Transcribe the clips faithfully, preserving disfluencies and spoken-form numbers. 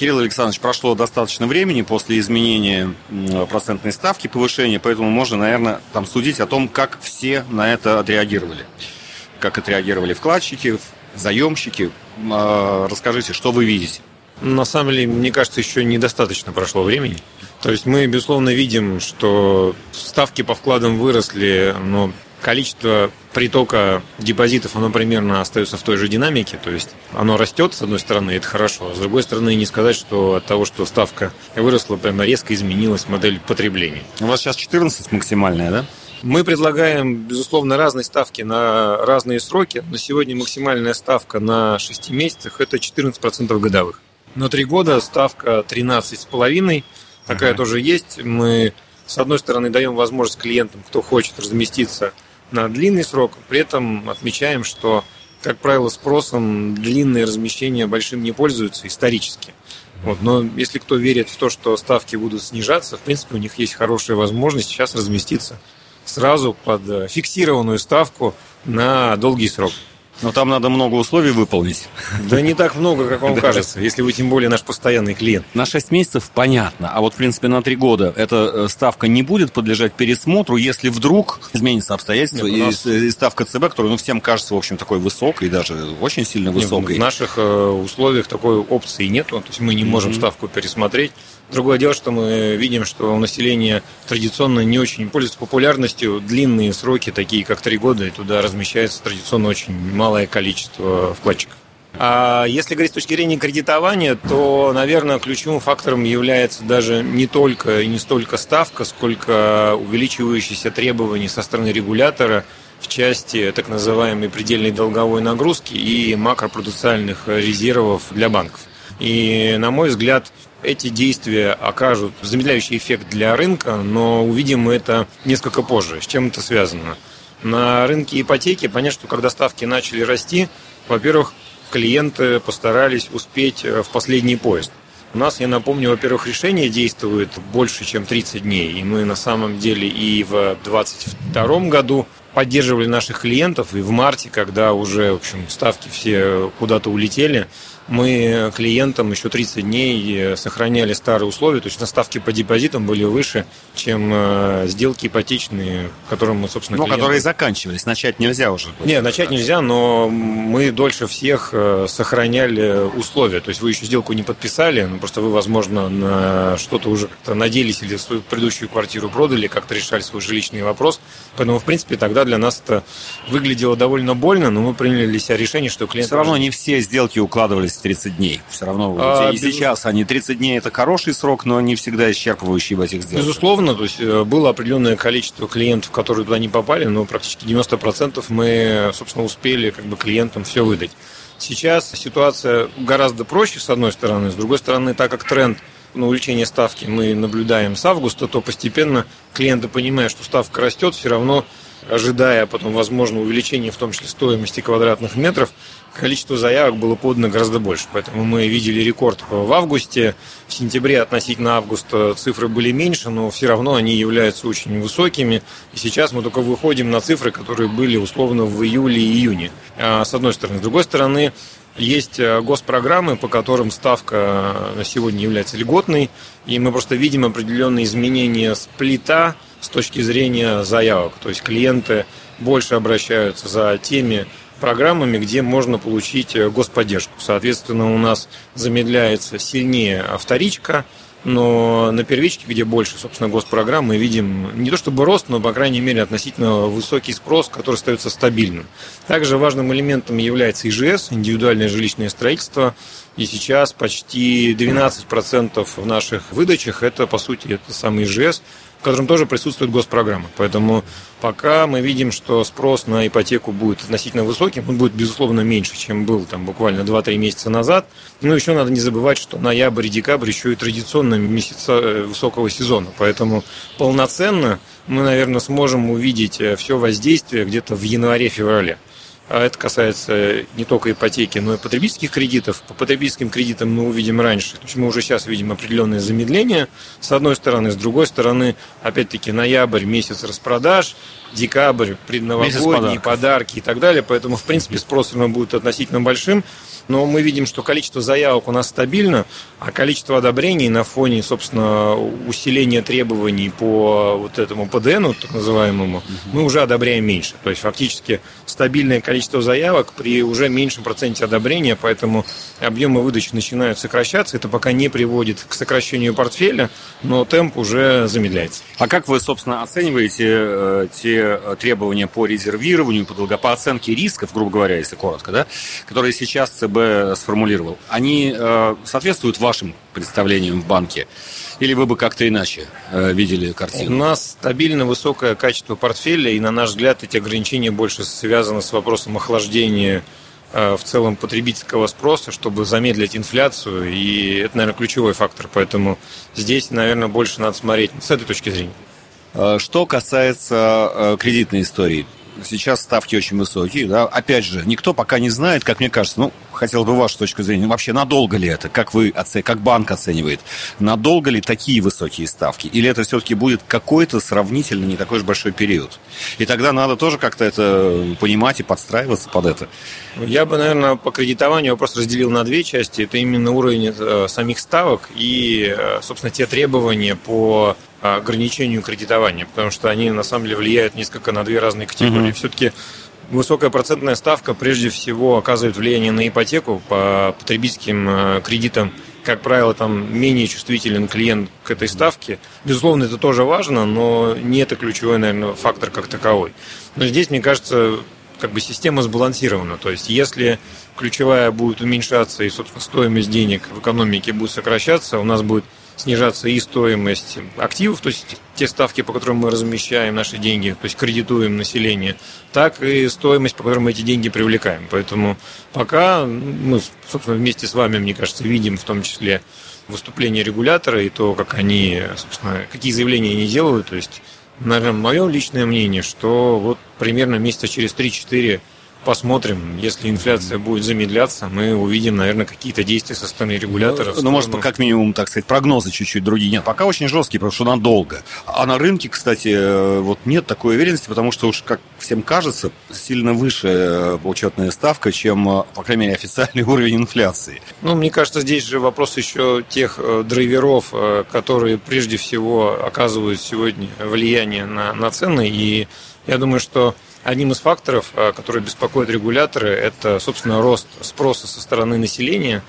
Кирилл Александрович, прошло достаточно времени после изменения процентной ставки, повышения, поэтому можно, наверное, там судить о том, как все на это отреагировали. Как отреагировали вкладчики, заемщики. Расскажите, что вы видите? На самом деле, мне кажется, еще недостаточно прошло времени. То есть мы, безусловно, видим, что ставки по вкладам выросли, но количество притока депозитов, оно примерно остается в той же динамике. То есть оно растет, с одной стороны, это хорошо. А с другой стороны, не сказать, что от того, что ставка выросла, прямо резко изменилась модель потребления. У вас сейчас четырнадцать максимальная, да? Мы предлагаем, безусловно, разные ставки на разные сроки. На сегодня максимальная ставка на шести месяцах – это четырнадцать процентов годовых. На три года ставка тринадцать с половиной. Такая uh-huh. тоже есть. Мы, с одной стороны, даем возможность клиентам, кто хочет разместиться на длинный срок. При этом отмечаем, что, как правило, спросом длинные размещения большим не пользуются исторически. Вот. Но если кто верит в то, что ставки будут снижаться, в принципе, у них есть хорошая возможность сейчас разместиться сразу под фиксированную ставку на долгий срок. Но там надо много условий выполнить. Да не так много, как вам кажется, если вы тем более наш постоянный клиент. На шесть месяцев понятно, а вот в принципе на три года эта ставка не будет подлежать пересмотру, если вдруг изменится обстоятельства. Нет, нас... и, и ставка ЦБ, которая ну, всем кажется, в общем, такой высокой, даже очень сильно высокой. Нет, в наших условиях такой опции нету, то есть мы не можем mm-hmm. ставку пересмотреть. Другое дело, что мы видим, что у населения традиционно не очень пользуется популярностью длинные сроки, такие как три года, и туда размещается традиционно очень малое количество вкладчиков. А если говорить с точки зрения кредитования, то, наверное, ключевым фактором является даже не только и не столько ставка, сколько увеличивающиеся требования со стороны регулятора в части так называемой предельной долговой нагрузки и макропруденциальных резервов для банков. И, на мой взгляд, эти действия окажут замедляющий эффект для рынка, но увидим мы это несколько позже. С чем это связано? На рынке ипотеки понятно, что когда ставки начали расти, во-первых, клиенты постарались успеть в последний поезд. У нас, я напомню, во-первых, решение действует больше, чем тридцать дней. И мы на самом деле и в двадцать втором году поддерживали наших клиентов, и в марте, когда уже, в общем, ставки все куда-то улетели, мы клиентам еще тридцать дней сохраняли старые условия, то есть на ставки по депозитам были выше, чем сделки ипотечные, которым мы, собственно, Ну, клиентам... которые заканчивались, начать нельзя уже. Нет, начать нельзя, но мы дольше всех сохраняли условия, то есть вы еще сделку не подписали, но просто вы, возможно, на что-то уже как-то надеялись или свою предыдущую квартиру продали, как-то решали свой жилищный вопрос, поэтому, в принципе, тогда для нас это выглядело довольно больно, но мы приняли для себя решение, что клиент... Все равно не все сделки укладывались тридцать дней. Все равно а, и без... сейчас они тридцать дней это хороший срок, но не всегда исчерпывающий в этих сделках. Безусловно, то есть было определенное количество клиентов, которые туда не попали, но практически девяносто процентов мы, собственно, успели как бы клиентам все выдать. Сейчас ситуация гораздо проще, с одной стороны, с другой стороны, так как тренд на увеличение ставки мы наблюдаем с августа, то постепенно клиенты, понимая, что ставка растет, все равно ожидая потом, возможно, увеличения, в том числе стоимости квадратных метров, количество заявок было подано гораздо больше. Поэтому мы видели рекорд в августе. В сентябре относительно августа цифры были меньше, но все равно они являются очень высокими. И сейчас мы только выходим на цифры, которые были условно в июле и июне. С одной стороны. С другой стороны, есть госпрограммы, по которым ставка на сегодня является льготной. И мы просто видим определенные изменения сплита с точки зрения заявок. То есть клиенты больше обращаются за теми программами, где можно получить господдержку. Соответственно, у нас замедляется сильнее вторичка, но на первичке, где больше, собственно, госпрограмм, мы видим не то чтобы рост, но, по крайней мере, относительно высокий спрос, который остается стабильным. Также важным элементом является ИЖС, индивидуальное жилищное строительство. И сейчас почти двенадцать процентов в наших выдачах это, по сути, это самый ИЖС, в котором тоже присутствует госпрограмма. Поэтому пока мы видим, что спрос на ипотеку будет относительно высоким, он будет, безусловно, меньше, чем был там буквально два-три месяца назад. Но еще надо не забывать, что ноябрь и декабрь еще и традиционно месяца высокого сезона. Поэтому полноценно мы, наверное, сможем увидеть все воздействие где-то в январе-феврале. Это касается не только ипотеки, но и потребительских кредитов. По потребительским кредитам мы увидим раньше. То есть мы уже сейчас видим определенное замедление, с одной стороны. С другой стороны, опять-таки, ноябрь, месяц распродаж, декабрь, предновогодние подарки и так далее. Поэтому, в принципе, спрос все равно будет относительно большим. Но мы видим, что количество заявок у нас стабильно, а количество одобрений на фоне, собственно, усиления требований по вот этому ПДНу, так называемому, мы уже одобряем меньше. То есть фактически стабильное количество заявок при уже меньшем проценте одобрения, поэтому объемы выдачи начинают сокращаться. Это пока не приводит к сокращению портфеля, но темп уже замедляется. А как вы, собственно, оцениваете э, те требования по резервированию, по, долго, по оценке рисков, грубо говоря, если коротко, да, которые сейчас ЦБ сформулировал? Они э, соответствуют вашим представлениям в банке? Или вы бы как-то иначе э, видели картину? У нас стабильно высокое качество портфеля, и, на наш взгляд, эти ограничения больше связаны с вопросом охлаждения э, в целом потребительского спроса, чтобы замедлить инфляцию, и это, наверное, ключевой фактор. Поэтому здесь, наверное, больше надо смотреть с этой точки зрения. Что касается э, кредитной истории, сейчас ставки очень высокие, да. Опять же, никто пока не знает, как мне кажется, ну, хотел бы вашу точку зрения, вообще надолго ли это, как вы, как банк оценивает, надолго ли такие высокие ставки, или это все-таки будет какой-то сравнительно не такой уж большой период? И тогда надо тоже как-то это понимать и подстраиваться под это. Я бы, наверное, по кредитованию вопрос разделил на две части. Это именно уровень самих ставок и, собственно, те требования по ограничению кредитования, потому что они, на самом деле, влияют несколько на две разные категории. Mm-hmm. Все-таки высокая процентная ставка, прежде всего, оказывает влияние на ипотеку. По потребительским кредитам, как правило, там менее чувствителен клиент к этой ставке. Безусловно, это тоже важно, но не это ключевой, наверное, фактор как таковой. Но здесь, мне кажется, как бы система сбалансирована. То есть, если ключевая будет уменьшаться и, собственно, стоимость денег в экономике будет сокращаться, у нас будет снижаться и стоимость активов, то есть те ставки, по которым мы размещаем наши деньги, то есть кредитуем население, так и стоимость, по которой мы эти деньги привлекаем. Поэтому пока мы, собственно, вместе с вами, мне кажется, видим в том числе выступления регулятора и то, как они, собственно, какие заявления они делают. То есть, наверное, мое личное мнение, что вот примерно месяца через три-четыре посмотрим, если инфляция будет замедляться, мы увидим, наверное, какие-то действия со стороны регуляторов. Ну, ну может, как минимум, так сказать, прогнозы чуть-чуть другие. Нет, пока очень жесткие, потому что надолго. А на рынке, кстати, вот нет такой уверенности, потому что уж, как всем кажется, сильно выше учетная ставка, чем, по крайней мере, официальный уровень инфляции. Ну, мне кажется, здесь же вопрос еще тех драйверов, которые прежде всего оказывают сегодня влияние на, на цены. И я думаю, что одним из факторов, которые беспокоят регуляторы, это, собственно, рост спроса со стороны населения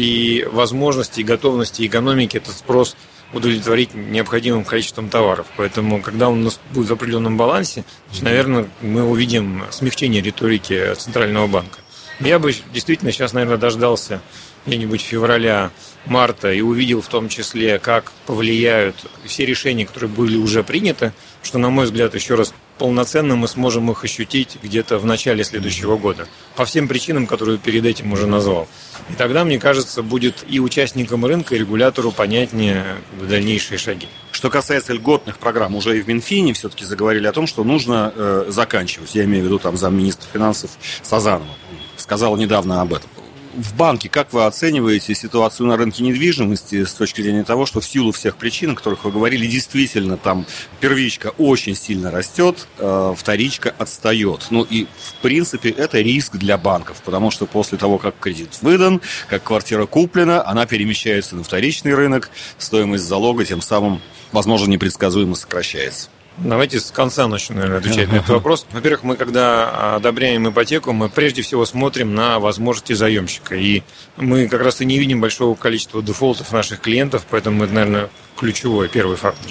и возможности и готовности экономики этот спрос удовлетворить необходимым количеством товаров. Поэтому, когда он у нас будет в определенном балансе, то, наверное, мы увидим смягчение риторики Центрального банка. Я бы действительно сейчас, наверное, дождался где-нибудь февраля, марта и увидел в том числе, как повлияют все решения, которые были уже приняты, что, на мой взгляд, еще раз, полноценно мы сможем их ощутить где-то в начале следующего года. По всем причинам, которые перед этим уже назвал. И тогда, мне кажется, будет и участникам рынка, и регулятору понятнее дальнейшие шаги. Что касается льготных программ, уже и в Минфине все-таки заговорили о том, что нужно э, заканчивать. Я имею в виду там замминистра финансов Сазанова. Сказал недавно об этом. В банке как вы оцениваете ситуацию на рынке недвижимости с точки зрения того, что в силу всех причин, о которых вы говорили, действительно там первичка очень сильно растет, вторичка отстает. Ну и в принципе это риск для банков, потому что после того, как кредит выдан, как квартира куплена, она перемещается на вторичный рынок, стоимость залога тем самым, возможно, непредсказуемо сокращается. Давайте с конца начну, наверное, отвечать на этот вопрос. Во-первых, мы, когда одобряем ипотеку, мы прежде всего смотрим на возможности заемщика. И мы как раз и не видим большого количества дефолтов наших клиентов, поэтому это, наверное, ключевой, первый фактор.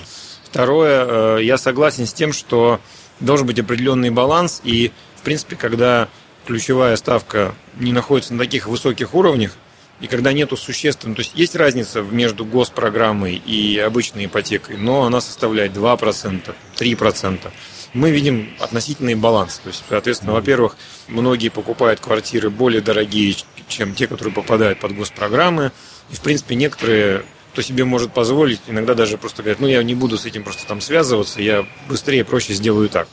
Второе, я согласен с тем, что должен быть определенный баланс. И, в принципе, когда ключевая ставка не находится на таких высоких уровнях, и когда нету существенного, то есть есть разница между госпрограммой и обычной ипотекой, но она составляет два процента, три процента. Мы видим относительный баланс. То есть, соответственно, во-первых, многие покупают квартиры более дорогие, чем те, которые попадают под госпрограммы. И, в принципе, некоторые, кто себе может позволить, иногда даже просто говорят, ну, я не буду с этим просто там связываться, я быстрее, проще сделаю так.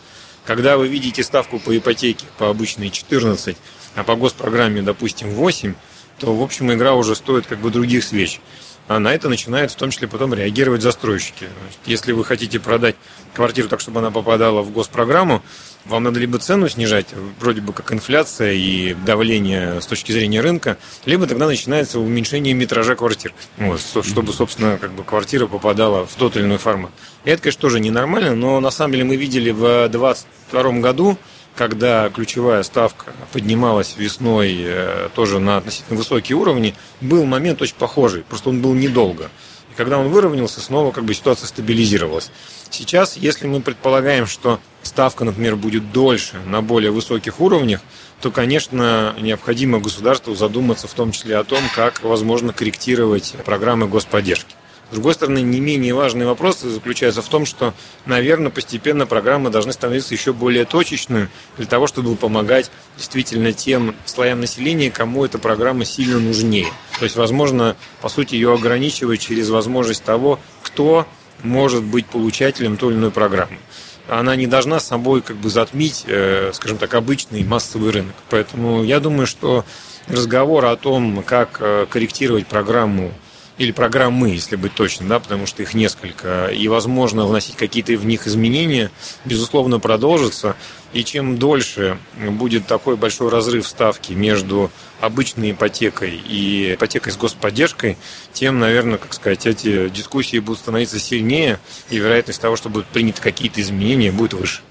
Когда вы видите ставку по ипотеке по обычной четырнадцать, а по госпрограмме, допустим, восемь, то, в общем, игра уже стоит как бы других свеч. А на это начинают в том числе потом реагировать застройщики. Если вы хотите продать квартиру так, чтобы она попадала в госпрограмму, вам надо либо цену снижать, вроде бы как инфляция и давление с точки зрения рынка, либо тогда начинается уменьшение метража квартир, вот, чтобы, собственно, как бы квартира попадала в тот или иной формат. И это, конечно, тоже ненормально, но на самом деле мы видели в двадцать втором году, когда ключевая ставка поднималась весной тоже на относительно высокие уровни, был момент очень похожий, просто он был недолго. И когда он выровнялся, снова как бы ситуация стабилизировалась. Сейчас, если мы предполагаем, что ставка, например, будет дольше на более высоких уровнях, то, конечно, необходимо государству задуматься в том числе о том, как возможно корректировать программы господдержки. С другой стороны, не менее важный вопрос заключается в том, что, наверное, постепенно программы должны становиться еще более точечными для того, чтобы помогать действительно тем слоям населения, кому эта программа сильно нужнее. То есть, возможно, по сути, ее ограничивать через возможность того, кто может быть получателем той или иной программы. Она не должна собой как бы затмить, скажем так, обычный массовый рынок. Поэтому я думаю, что разговор о том, как корректировать программу или программы, если быть точным, да, потому что их несколько, и, возможно, вносить какие-то в них изменения, безусловно, продолжится. И чем дольше будет такой большой разрыв ставки между обычной ипотекой и ипотекой с господдержкой, тем, наверное, как сказать, эти дискуссии будут становиться сильнее, и вероятность того, что будут приняты какие-то изменения, будет выше.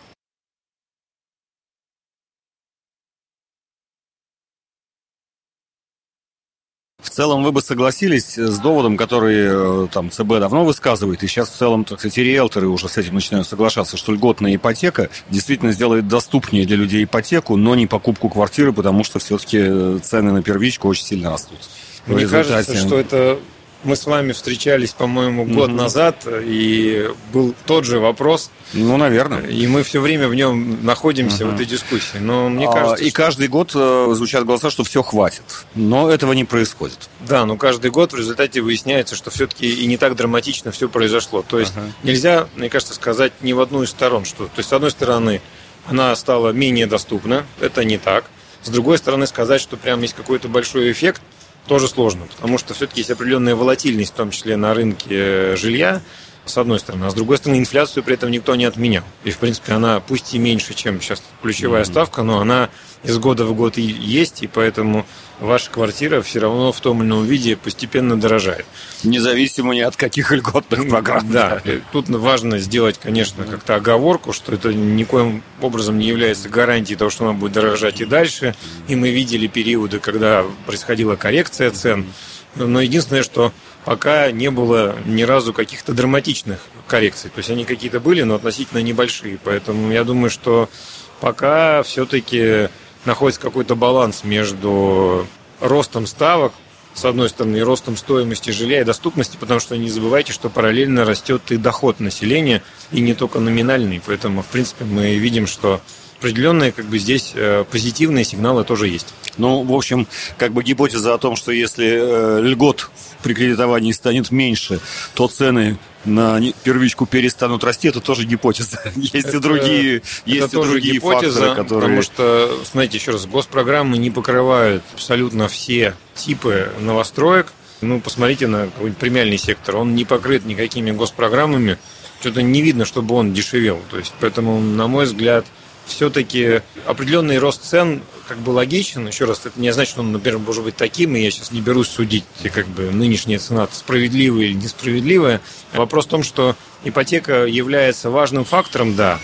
В целом вы бы согласились с доводом, который там ЦБ давно высказывает, и сейчас в целом, так сказать, и риэлторы уже с этим начинают соглашаться, что льготная ипотека действительно сделает доступнее для людей ипотеку, но не покупку квартиры, потому что все-таки цены на первичку очень сильно растут. Мне результате... кажется, что это... Мы с вами встречались, по-моему, год mm-hmm. назад, и был тот же вопрос. Ну, наверное. И мы все время в нем находимся, mm-hmm. в этой дискуссии. Но мне кажется, а, и что... каждый год звучат голоса, что все хватит. Но этого не происходит. Да, но каждый год в результате выясняется, что все-таки и не так драматично все произошло. То есть uh-huh. нельзя, мне кажется, сказать ни в одну из сторон, что... То есть, с одной стороны, она стала менее доступна. Это не так. С другой стороны, сказать, что прям есть какой-то большой эффект, тоже сложно, потому что все-таки есть определенная волатильность, в том числе на рынке жилья, с одной стороны, а с другой стороны, инфляцию при этом никто не отменял. И, в принципе, она пусть и меньше, чем сейчас ключевая mm-hmm. ставка, но она из года в год и есть, и поэтому ваша квартира все равно в том или ином виде постепенно дорожает. Независимо ни от каких льготных программ. Да, тут важно сделать, конечно, как-то оговорку, что это никоим образом не является гарантией того, что она будет дорожать и дальше. И мы видели периоды, когда происходила коррекция цен. Но единственное, что пока не было ни разу каких-то драматичных коррекций. То есть они какие-то были, но относительно небольшие. Поэтому я думаю, что пока все-таки находится какой-то баланс между ростом ставок, с одной стороны, и ростом стоимости жилья и доступности, потому что не забывайте, что параллельно растет и доход населения, и не только номинальный. Поэтому, в принципе, мы видим, что определенные как бы здесь позитивные сигналы тоже есть. Ну, в общем, как бы гипотеза о том, что если э, льгот при кредитовании станет меньше, то цены на первичку перестанут расти, это тоже гипотеза. Есть это, и другие, есть и другие гипотеза, факторы, которые... Потому что, смотрите, еще раз, госпрограммы не покрывают абсолютно все типы новостроек. Ну, посмотрите на какой-нибудь премиальный сектор, он не покрыт никакими госпрограммами, что-то не видно, чтобы он дешевел. То есть, поэтому, на мой взгляд, все-таки определенный рост цен как бы логичен. Еще раз, это не значит, что он, например, может быть таким, и я сейчас не берусь судить, как бы нынешняя цена справедливая или несправедливая. Вопрос в том, что ипотека является важным фактором, да.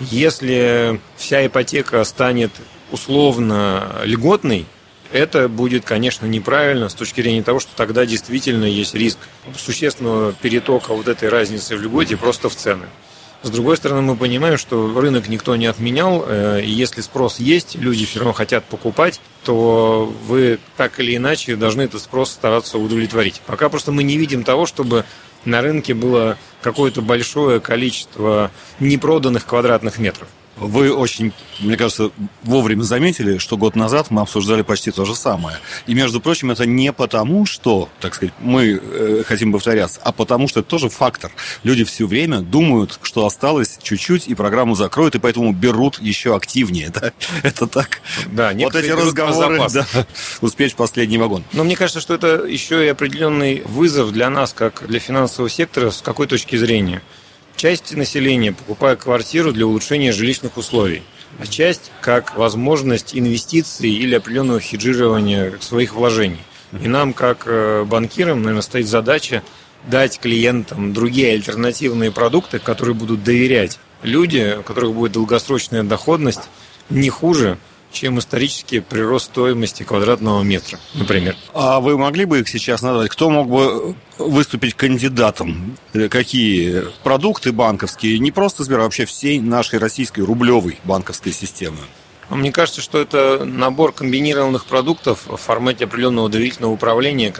Если вся ипотека станет условно льготной, это будет, конечно, неправильно с точки зрения того, что тогда действительно есть риск существенного перетока вот этой разницы в льготе просто в цены. С другой стороны, мы понимаем, что рынок никто не отменял, и если спрос есть, люди все равно хотят покупать, то вы так или иначе должны этот спрос стараться удовлетворить. Пока просто мы не видим того, чтобы на рынке было какое-то большое количество непроданных квадратных метров. Вы очень, мне кажется, вовремя заметили, что год назад мы обсуждали почти то же самое. И, между прочим, это не потому, что, так сказать, мы э, хотим повторяться, а потому, что это тоже фактор. Люди все время думают, что осталось чуть-чуть, и программу закроют, и поэтому берут еще активнее. Да? Это так. Да, вот эти разговоры, да, успеть в последний вагон. Но мне кажется, что это еще и определенный вызов для нас, как для финансового сектора, с какой точки зрения. Часть населения покупает квартиру для улучшения жилищных условий, а часть как возможность инвестиций или определенного хеджирования своих вложений. И нам, как банкирам, наверное, стоит задача дать клиентам другие альтернативные продукты, которые будут доверять люди, у которых будет долгосрочная доходность не хуже, чем исторический прирост стоимости квадратного метра, например. А вы могли бы их сейчас назвать? Кто мог бы выступить кандидатом? Какие продукты банковские, не просто Сбер, а вообще всей нашей российской рублевой банковской системы? Мне кажется, что это набор комбинированных продуктов в формате определенного доверительного управления,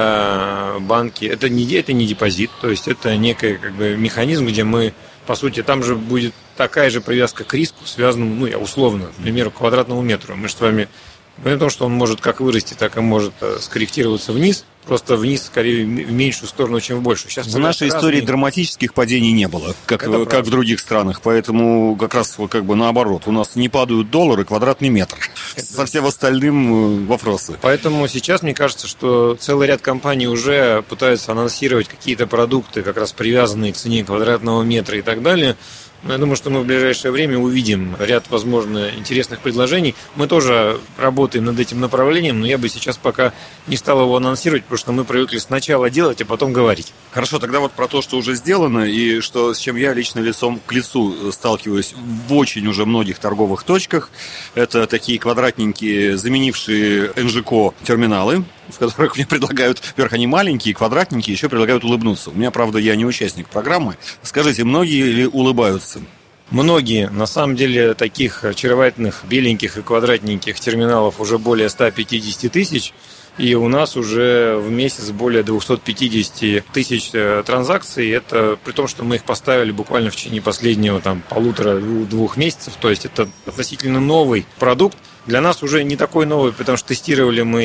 когда банки... Это не, это не депозит, то есть это некий как бы, механизм, где мы, по сути, там же будет такая же привязка к риску, связанному, ну, я условно, например, к квадратному метру. Мы же с вами говорим о том, что он может как вырасти, так и может скорректироваться вниз, просто вниз скорее в меньшую сторону, чем в большую. Сейчас в нашей разные... истории драматических падений не было, как, как в других странах, поэтому как раз как бы наоборот. У нас не падают доллары, квадратный метр. Это... Со всем остальным вопросы. Поэтому сейчас, мне кажется, что целый ряд компаний уже пытаются анонсировать какие-то продукты, как раз привязанные к цене квадратного метра и так далее. Но я думаю, что мы в ближайшее время увидим ряд, возможно, интересных предложений. Мы тоже работаем над этим направлением, но я бы сейчас пока не стал его анонсировать, потому что мы привыкли сначала делать, а потом говорить. Хорошо, тогда вот про то, что уже сделано, и что, с чем я лично лицом к лицу сталкиваюсь в очень уже многих торговых точках. Это такие квадратненькие, заменившие эн жэ ка терминалы, в которых мне предлагают, во-первых, они маленькие, квадратненькие, еще предлагают улыбнуться. У меня, правда, я не участник программы. Скажите, многие ли улыбаются? Многие. На самом деле, таких очаровательных беленьких и квадратненьких терминалов уже более ста пятидесяти тысяч. И у нас уже в месяц более двухсот пятидесяти тысяч транзакций. Это при том, что мы их поставили буквально в течение последнего там, полутора-двух месяцев. То есть это относительно новый продукт. Для нас уже не такой новый, потому что тестировали мы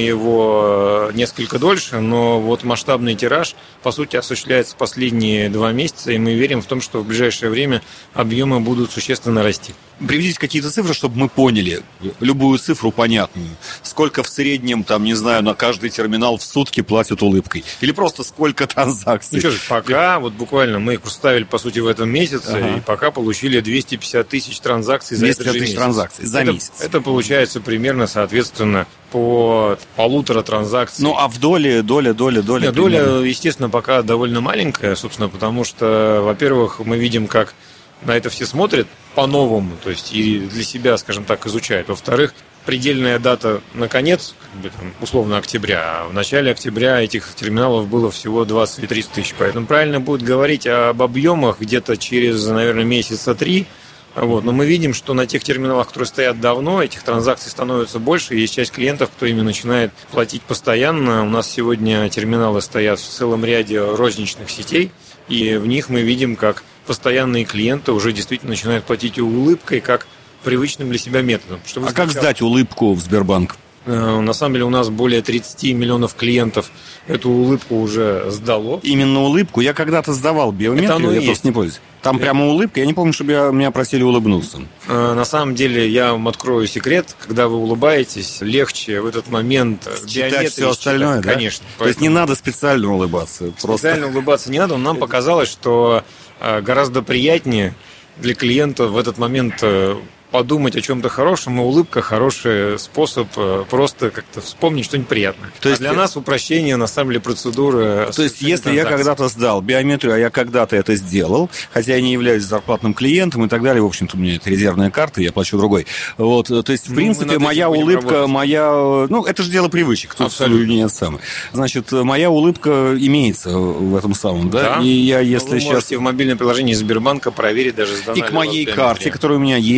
его несколько дольше, но вот масштабный тираж, по сути, осуществляется последние два месяца, и мы верим в том, что в ближайшее время объемы будут существенно расти. Приведите какие-то цифры, чтобы мы поняли, любую цифру понятную. Сколько в среднем, там, не знаю, на каждый терминал в сутки платят улыбкой? Или просто сколько транзакций? Ну что же, пока, вот буквально мы их поставили, по сути, в этом месяце, ага. И пока получили двести пятьдесят тысяч транзакций за этот же месяц. транзакций за это, месяц. Это получается примерно, соответственно, по полутора транзакций. Ну, а в доле, доля, доля, доля? Нет, доля, естественно, пока довольно маленькая, собственно, потому что, во-первых, мы видим, как на это все смотрят по-новому, то есть и для себя, скажем так, изучают. Во-вторых, предельная дата на конец, как бы, там, условно, октября, а в начале октября этих терминалов было всего двадцать или тридцать тысяч. Поэтому правильно будет говорить об объемах где-то через, наверное, месяца три. Вот. Но мы видим, что на тех терминалах, которые стоят давно, этих транзакций становится больше. Есть часть клиентов, кто ими начинает платить постоянно. У нас сегодня терминалы стоят в целом ряде розничных сетей, и в них мы видим, как постоянные клиенты уже действительно начинают платить улыбкой, как привычным для себя методом. А сначала... как сдать улыбку в Сбербанк? На самом деле у нас более тридцати миллионов клиентов эту улыбку уже сдало. Именно улыбку? Я когда-то сдавал биометрию, я есть. Просто не пользуюсь. Там это... прямо улыбка, я не помню, чтобы я, меня просили улыбнуться. На самом деле, я вам открою секрет, когда вы улыбаетесь, легче в этот момент читать все остальное, читать, да? Конечно. То поэтому... есть не надо специально улыбаться. Специально просто... улыбаться не надо, но нам показалось, что гораздо приятнее для клиента в этот момент подумать о чем-то хорошем, и улыбка хороший способ просто как-то вспомнить что-нибудь приятное. То есть а для нас упрощение, на самом деле, процедуры. То есть, если я когда-то сдал биометрию, а я когда-то это сделал, хотя я не являюсь зарплатным клиентом и так далее, в общем-то, у меня это резервная карта, я плачу другой. Вот, то есть, в ну, принципе, моя улыбка, работать. моя... Ну, это же дело привычек. Тут абсолютно нет самое. Значит, моя улыбка имеется в этом самом, да? Да. И я, если вы сейчас... можете в мобильном приложении Сбербанка проверить даже, сдана и к моей карте, которая у меня есть,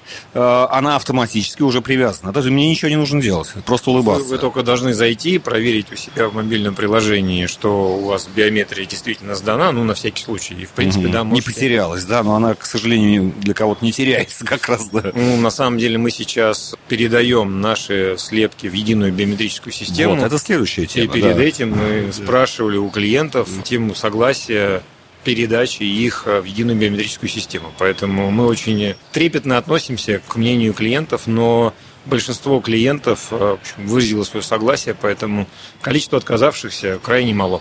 она автоматически уже привязана. То есть мне ничего не нужно делать, просто улыбаться. Вы, вы только должны зайти, проверить у себя в мобильном приложении, что у вас биометрия действительно сдана, ну, на всякий случай. И, в принципе, угу. да, можете... Не потерялась, да, но она, к сожалению, для кого-то не теряется как раз, да. Ну, на самом деле мы сейчас передаем наши слепки в единую биометрическую систему. Вот, это следующая тема. И перед да. этим мы спрашивали у клиентов тему согласия передачи их в единую биометрическую систему. Поэтому мы очень трепетно относимся к мнению клиентов, но большинство клиентов в общем, выразило свое согласие, поэтому количество отказавшихся крайне мало.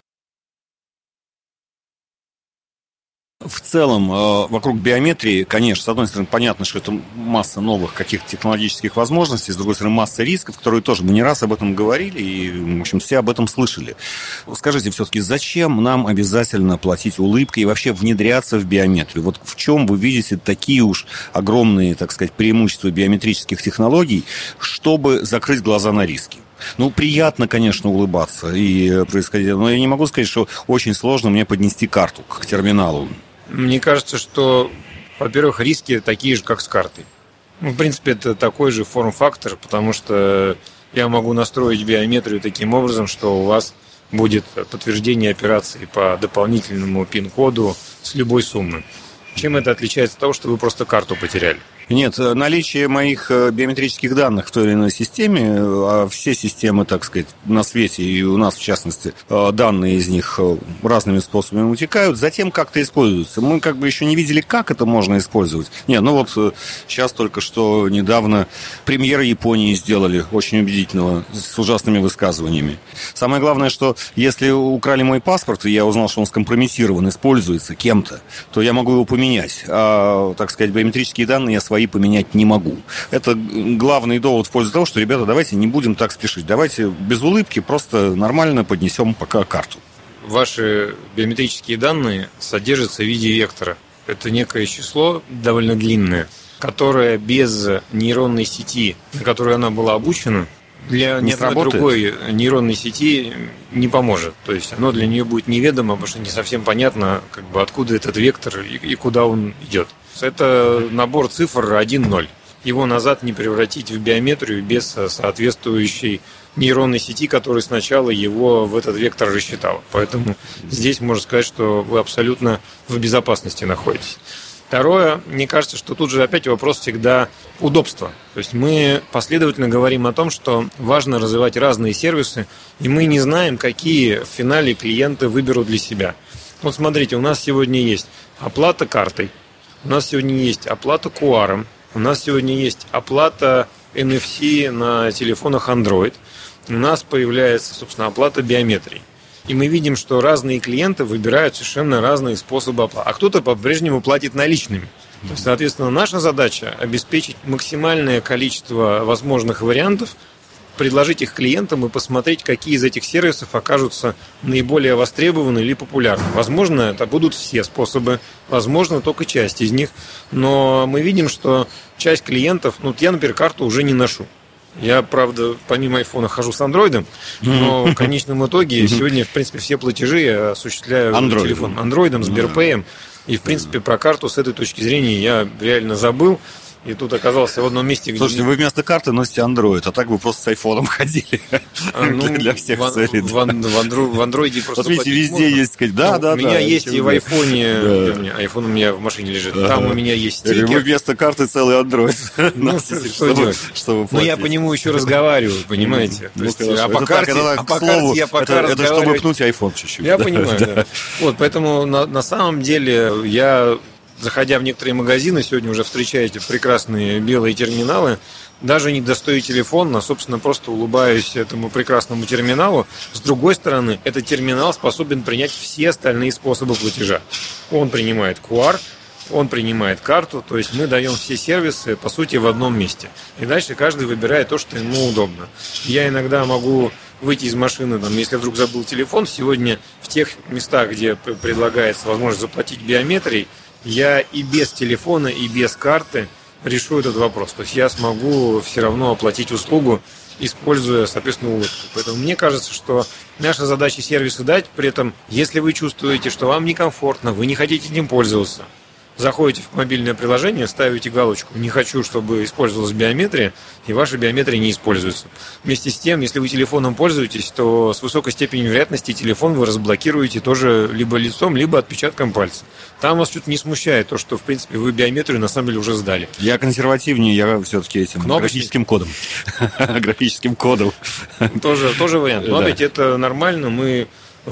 В целом, вокруг биометрии, конечно, с одной стороны, понятно, что это масса новых каких-то технологических возможностей, с другой стороны, масса рисков, которые тоже мы не раз об этом говорили, и, в общем, все об этом слышали. Скажите, все-таки, зачем нам обязательно платить улыбкой и вообще внедряться в биометрию? Вот в чем вы видите такие уж огромные, так сказать, преимущества биометрических технологий, чтобы закрыть глаза на риски? Ну, приятно, конечно, улыбаться и происходить, но я не могу сказать, что очень сложно мне поднести карту к терминалу. Мне кажется, что, во-первых, риски такие же, как с картой. Ну, в принципе, это такой же форм-фактор, потому что я могу настроить биометрию таким образом, что у вас будет подтверждение операции по дополнительному пин-коду с любой суммы. Чем это отличается от того, что вы просто карту потеряли? Нет, наличие моих биометрических данных в той или иной системе, а все системы, так сказать, на свете, и у нас, в частности, данные из них разными способами утекают, затем как-то используются. Мы как бы еще не видели, как это можно использовать. Нет, ну вот сейчас только что недавно премьера Японии сделали, очень убедительного, с ужасными высказываниями. Самое главное, что если украли мой паспорт, и я узнал, что он скомпрометирован, используется кем-то, то я могу его поменять. А, так сказать, биометрические данные я свои поменять не могу. Это главный довод в пользу того, что, ребята, давайте не будем так спешить. Давайте без улыбки просто нормально поднесем пока карту. Ваши биометрические данные содержатся в виде вектора. Это некое число довольно длинное, которое без нейронной сети, на которую она была обучена, для ни одной другой нейронной сети не поможет. То есть оно для нее будет неведомо, потому что не совсем понятно, как бы, откуда этот вектор и, и куда он идет. Это набор цифр один-ноль. Его назад не превратить в биометрию без соответствующей нейронной сети, которая сначала его в этот вектор рассчитала. Поэтому здесь можно сказать, что вы абсолютно в безопасности находитесь. Второе, мне кажется, что тут же опять вопрос всегда удобства. То есть мы последовательно говорим о том, что важно развивать разные сервисы, и мы не знаем, какие в финале клиенты выберут для себя. Вот смотрите, у нас сегодня есть оплата картой, у нас сегодня есть оплата ку ар, у нас сегодня есть оплата эн эф си на телефонах Android, у нас появляется, собственно, оплата биометрии. И мы видим, что разные клиенты выбирают совершенно разные способы оплаты. А кто-то по-прежнему платит наличными. То есть, соответственно, наша задача – обеспечить максимальное количество возможных вариантов, предложить их клиентам и посмотреть, какие из этих сервисов окажутся наиболее востребованы или популярны. Возможно, это будут все способы, возможно, только часть из них. Но мы видим, что часть клиентов, ну, я, например, карту уже не ношу. Я, правда, помимо айфона хожу с андроидом, но в конечном итоге сегодня, в принципе, все платежи я осуществляю Android. телефоном, андроидом, Сберпэем. И, в принципе, про карту с этой точки зрения я реально забыл. И тут оказался в одном месте, где... Слушайте, вы вместо карты носите Android, а так вы просто с айфоном ходили. А, ну, для всех в, целей. В, в, в андроиде просто... Вот видите, везде можно. Есть, сказать, да, ну, да, у меня да, есть и в айфоне, да. айфон у меня в машине лежит, там у меня есть стикер. Вы вместо карты целый Android. Ну, что делать? Ну, я по нему еще разговариваю, понимаете? А по карте я пока разговариваю. Это чтобы пнуть айфон чуть-чуть. Я понимаю, да. Вот, поэтому на самом деле я... Заходя в некоторые магазины, сегодня уже встречаете прекрасные белые терминалы, даже не достаю телефон, а, собственно, просто улыбаюсь этому прекрасному терминалу. С другой стороны, этот терминал способен принять все остальные способы платежа. Он принимает ку ар, он принимает карту, то есть мы даем все сервисы, по сути, в одном месте. И дальше каждый выбирает то, что ему удобно. Я иногда могу выйти из машины, там, если вдруг забыл телефон, сегодня в тех местах, где предлагается возможность заплатить биометрией, я и без телефона, и без карты решу этот вопрос. То есть я смогу все равно оплатить услугу, используя, соответственно, улыбку. Поэтому мне кажется, что наша задача сервисы дать, при этом, если вы чувствуете, что вам некомфортно, вы не хотите этим пользоваться, заходите в мобильное приложение, ставите галочку «Не хочу, чтобы использовалась биометрия», и ваша биометрия не используется. Вместе с тем, если вы телефоном пользуетесь, то с высокой степенью вероятности телефон вы разблокируете тоже либо лицом, либо отпечатком пальца. Там вас чуть не смущает то, что, в принципе, вы биометрию на самом деле уже сдали. Я консервативнее, я все-таки этим Кнопочный? графическим кодом. Графическим кодом. Тоже, тоже вариант. Но ведь это нормально, мы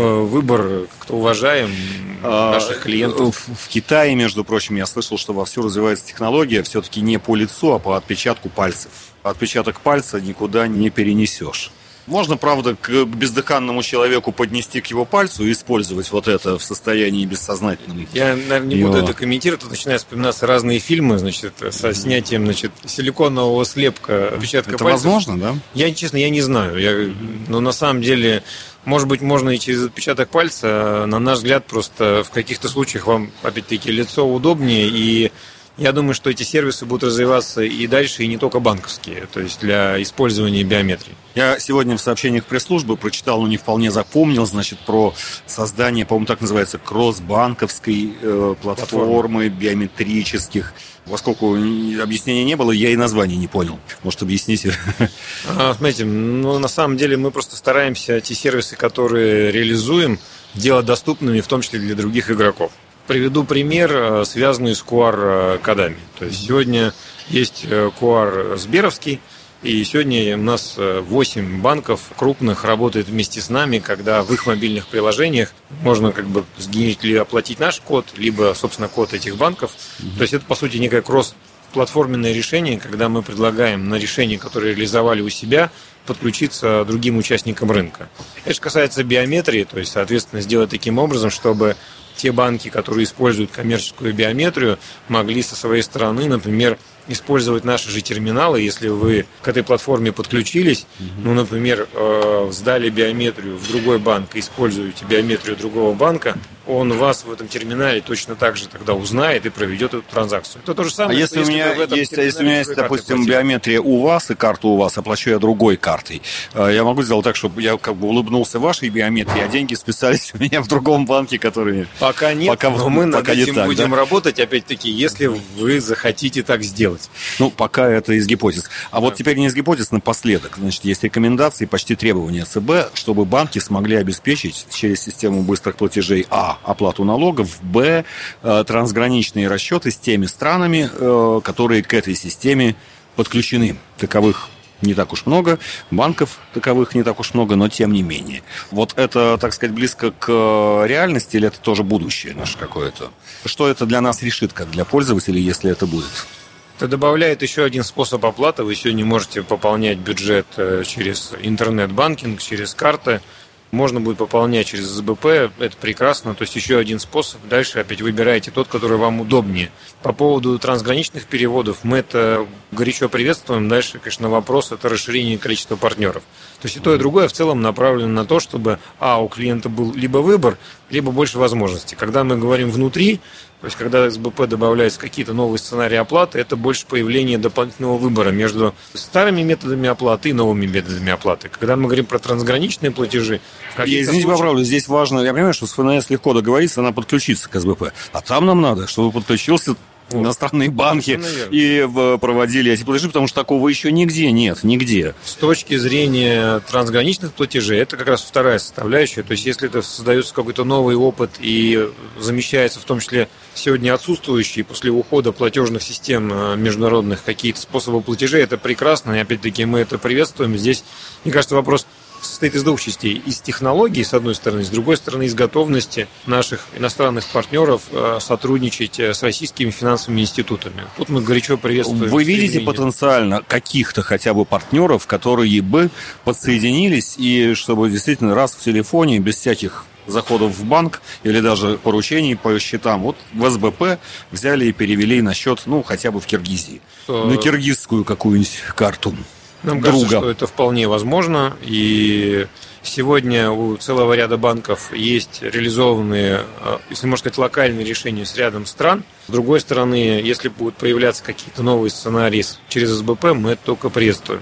выбор как-то уважаем наших клиентов. В Китае, между прочим, я слышал, что вовсю развивается технология все-таки не по лицу, а по отпечатку пальцев. Отпечаток пальца никуда не перенесешь. Можно, правда, к бездыханному человеку поднести к его пальцу и использовать вот это в состоянии бессознательном. Я, наверное, не буду это комментировать. Тут начинают вспоминаться разные фильмы, значит, со снятием, значит, силиконового слепка отпечатка это пальцев. Это возможно, да? Я, честно, я не знаю. Я, но на самом деле, может быть, можно и через отпечаток пальца. На наш взгляд, просто в каких-то случаях вам, опять-таки, лицо удобнее, и я думаю, что эти сервисы будут развиваться и дальше, и не только банковские, то есть для использования биометрии. Я сегодня в сообщениях пресс-службы прочитал, но не вполне запомнил, значит, про создание, по-моему, так называется, кросс-банковской э, платформы биометрических. Поскольку объяснения не было, я и название не понял. Может, объясните? А, смотрите, ну, на самом деле мы просто стараемся те сервисы, которые реализуем, делать доступными, в том числе для других игроков. Приведу пример, связанный с ку ар-кодами. То есть сегодня есть ку ар сберовский, и сегодня у нас восемь банков крупных работает вместе с нами, когда в их мобильных приложениях можно как бы сгенерить или оплатить наш код, либо, собственно, код этих банков. Mm-hmm. То есть это, по сути, некое кросс-платформенное решение, когда мы предлагаем на решения, которые реализовали у себя, подключиться другим участникам рынка. Это же касается биометрии, то есть, соответственно, сделать таким образом, чтобы те банки, которые используют коммерческую биометрию, могли со своей стороны, например, использовать наши же терминалы, если вы к этой платформе подключились, mm-hmm. ну, например, сдали биометрию в другой банк и используете биометрию другого банка, он вас в этом терминале точно так же тогда узнает и проведет эту транзакцию. Это то же самое. А если, если у меня есть, если у меня есть, допустим, биометрия у вас и карта у вас, оплачу я другой картой, я могу сделать так, чтобы я как бы улыбнулся вашей биометрии, а деньги списались у меня в другом банке, который... Пока нет, пока, но мы над этим так, будем да? работать, опять-таки, если вы захотите так сделать. Ну, пока это из гипотез. А да. Вот теперь не из гипотез, напоследок. Значит, есть рекомендации, почти требования ЦБ, чтобы банки смогли обеспечить через систему быстрых платежей а. оплату налогов, б. трансграничные расчеты с теми странами, которые к этой системе подключены. Таковых не так уж много, банков таковых не так уж много, но тем не менее. Вот это, так сказать, близко к реальности или это тоже будущее наше какое-то? Что это для нас решит, как для пользователей, если это будет? Это добавляет еще один способ оплаты. Вы сегодня можете пополнять бюджет через интернет-банкинг, через карты. Можно будет пополнять через эс бэ пэ, это прекрасно, то есть еще один способ. Дальше опять выбираете тот, который вам удобнее. По поводу трансграничных переводов мы это горячо приветствуем. Дальше, конечно, вопрос – это расширение количества партнеров. То есть и то, и другое в целом направлено на то, чтобы а, у клиента был либо выбор, либо больше возможностей. Когда мы говорим внутри, то есть когда эс бэ пэ добавляются какие-то новые сценарии оплаты, это больше появление дополнительного выбора между старыми методами оплаты и новыми методами оплаты. Когда мы говорим про трансграничные платежи... Извините, случаях... поправлю, здесь важно, я понимаю, что с эф эн эс легко договориться, она подключится к эс бэ пэ, а там нам надо, чтобы подключился вот. Иностранные банки и проводили эти платежи, потому что такого еще нигде нет, нигде. С точки зрения трансграничных платежей, это как раз вторая составляющая. То есть, если это создается какой-то новый опыт и замещается в том числе сегодня отсутствующие после ухода платежных систем международных какие-то способы платежей, это прекрасно, и опять-таки мы это приветствуем. Здесь, мне кажется, вопрос состоит из двух частей. Из технологий, с одной стороны, с другой стороны, из готовности наших иностранных партнеров сотрудничать с российскими финансовыми институтами. Тут мы горячо приветствуем. Вы видите потенциально каких-то хотя бы партнеров, которые бы подсоединились, и чтобы действительно раз в телефоне, без всяких заходов в банк или даже поручений по счетам, вот в эс бэ пэ взяли и перевели на счет, ну, хотя бы в Киргизии, э... на киргизскую какую-нибудь карту. Нам друга. кажется, что это вполне возможно, и сегодня у целого ряда банков есть реализованные, если можно сказать, локальные решения с рядом стран. С другой стороны, если будут появляться какие-то новые сценарии через эс бэ пэ, мы это только приветствуем.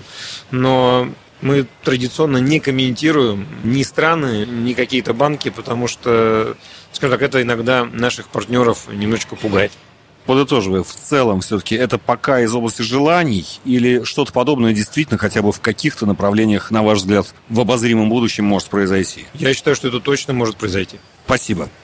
Но мы традиционно не комментируем ни страны, ни какие-то банки, потому что, скажем так, это иногда наших партнеров немножечко пугает. Подытоживая, в целом все-таки это пока из области желаний или что-то подобное действительно хотя бы в каких-то направлениях, на ваш взгляд, в обозримом будущем может произойти? Я считаю, что это точно может произойти. Спасибо.